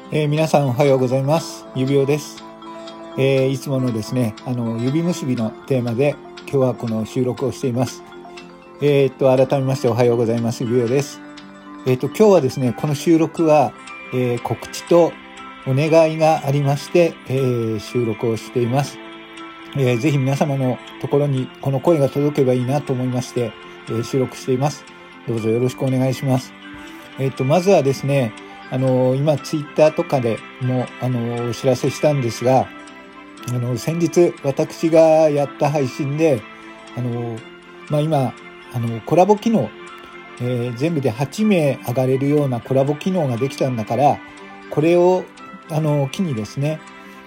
皆さんおはようございます。指輪です。いつものですね、指結びのテーマで今日はこの収録をしています。改めましておはようございます。指輪です。今日はですね、この収録は、告知とお願いがありまして、収録をしています。ぜひ皆様のところにこの声が届けばいいなと思いまして、収録しています。どうぞよろしくお願いします。まずはですね、今ツイッターとかでもお知らせしたんですが、先日私がやった配信で今コラボ機能、全部で8名上がれるようなコラボ機能ができたんだから、これを機にですね、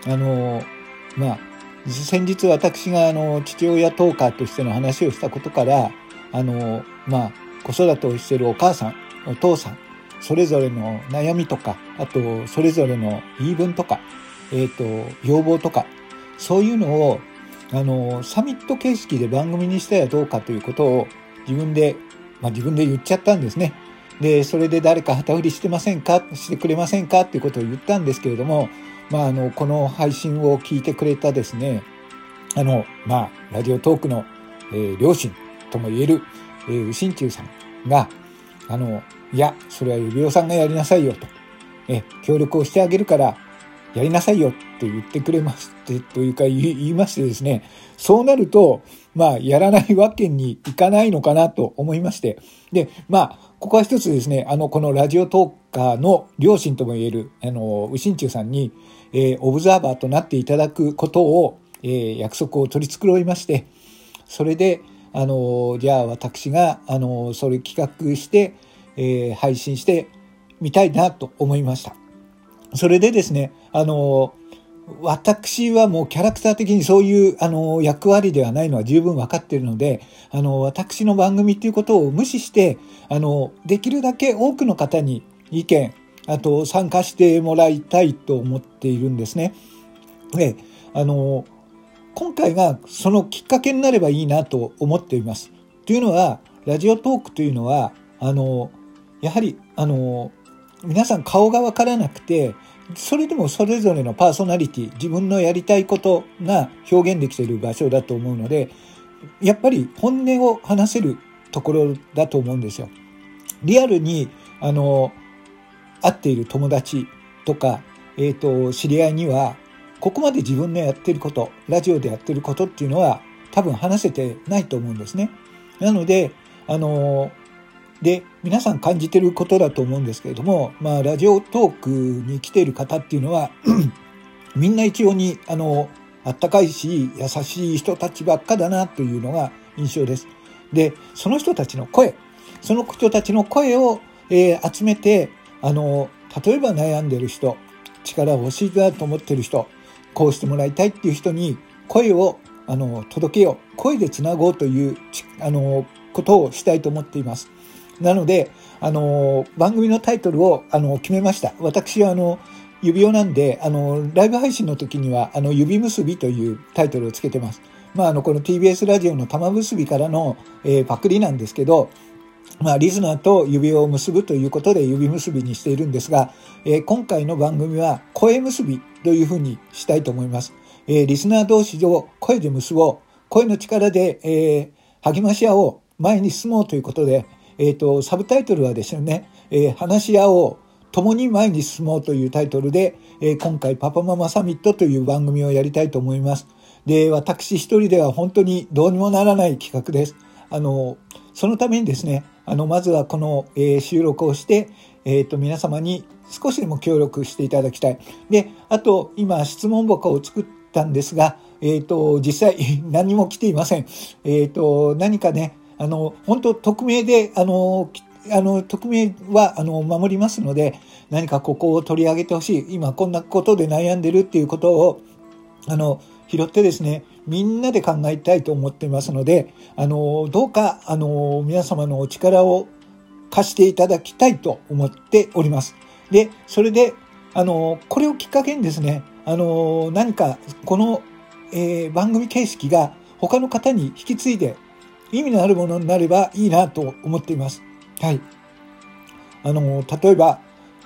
先日私が父親トーカーとしての話をしたことから、子育てをしているお母さんお父さんそれぞれの悩みとか、あとそれぞれの言い分とか、要望とか、そういうのをサミット形式で番組にしたらどうかということを自分で言っちゃったんですね。で、それで誰か旗振りしてくれませんかっていうことを言ったんですけれども、この配信を聞いてくれたですね、ラジオトークの、両親とも言える、心中さんがいや、それは指輪さんがやりなさいよと。協力をしてあげるからやりなさいよって言ってくれましてというか言いましてですね、そうなるとやらないわけにいかないのかなと思いまして、でここは一つですね、このラジオトーカーの両親とも言える右心中さんに、オブザーバーとなっていただくことを、約束を取り繕いまして、それでじゃあ私がそれ企画して配信してみたいなと思いました。それでですね、私はもうキャラクター的にそういう役割ではないのは十分分かっているので、私の番組ということを無視してできるだけ多くの方に意見、あと参加してもらいたいと思っているんですね。で、今回がそのきっかけになればいいなと思っています。というのは、ラジオトークというのはやはり皆さん顔がわからなくて、それでもそれぞれのパーソナリティ、自分のやりたいことが表現できている場所だと思うので、やっぱり本音を話せるところだと思うんですよ。リアルに会っている友達とか、知り合いにはここまで自分のやっていること、ラジオでやっていることっていうのは多分話せてないと思うんですね。なのでで、皆さん感じてることだと思うんですけれども、ラジオトークに来ている方っていうのはみんな一様にあったかいし優しい人たちばっかだなというのが印象です。で、その人たちの声を、集めて例えば悩んでる人、力を欲しいなと思ってる人、こうしてもらいたいっていう人に声を届けよう、声でつなごうということをしたいと思っています。なので番組のタイトルを決めました。私は指輪なんでライブ配信の時には指結びというタイトルをつけてます。この TBS ラジオの玉結びからの、パクリなんですけど、リスナーと指輪を結ぶということで指結びにしているんですが、今回の番組は声結びというふうにしたいと思います。リスナー同士を声で結ぼう、声の力で、励まし合おう、前に進もうということで、サブタイトルはですね、話し合おう、共に前に進もうというタイトルで、今回パパママサミットという番組をやりたいと思います。で、私一人では本当にどうにもならない企画です。そのためにですね、まずはこの、収録をして、皆様に少しでも協力していただきたい。で、あと今質問箱を作ったんですが、実際何も来ていません。何かね、本当匿名で匿名は守りますので、何かここを取り上げてほしい、今こんなことで悩んでるっていうことを拾ってですね、みんなで考えたいと思っていますので、どうか皆様のお力を貸していただきたいと思っております。で、それでこれをきっかけにですね、何かこの、番組形式が他の方に引き継いで意味のあるものになればいいなと思っています。はい。例えば、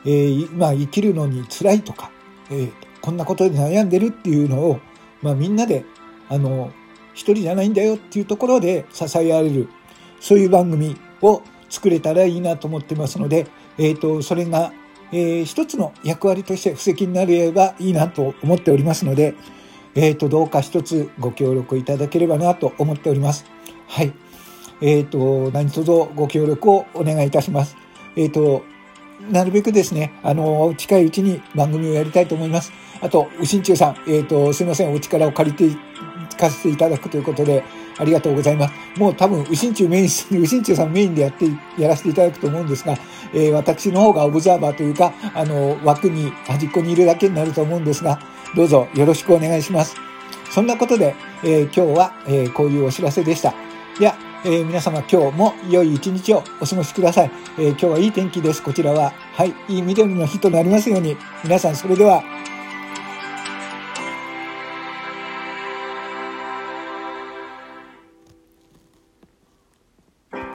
生きるのに辛いとか、こんなことで悩んでるっていうのを、みんなで、一人じゃないんだよっていうところで支えられる、そういう番組を作れたらいいなと思ってますので、それが、一つの役割として布石になればいいなと思っておりますので、どうか一つご協力いただければなと思っております。はい。何卒ご協力をお願いいたします。なるべくですね、近いうちに番組をやりたいと思います。あと、うしんちゅうさん、すいません、お力を借りて聞かせていただくということで、ありがとうございます。もう多分、うしんちゅうさんメインでやらせていただくと思うんですが、私の方がオブザーバーというか、枠に、端っこにいるだけになると思うんですが、どうぞよろしくお願いします。そんなことで、今日は、こういうお知らせでした。では、皆様今日も良い一日をお過ごしください。今日はいい天気です。こちらは。はい。いい緑の日となりますように。皆さんそれでは。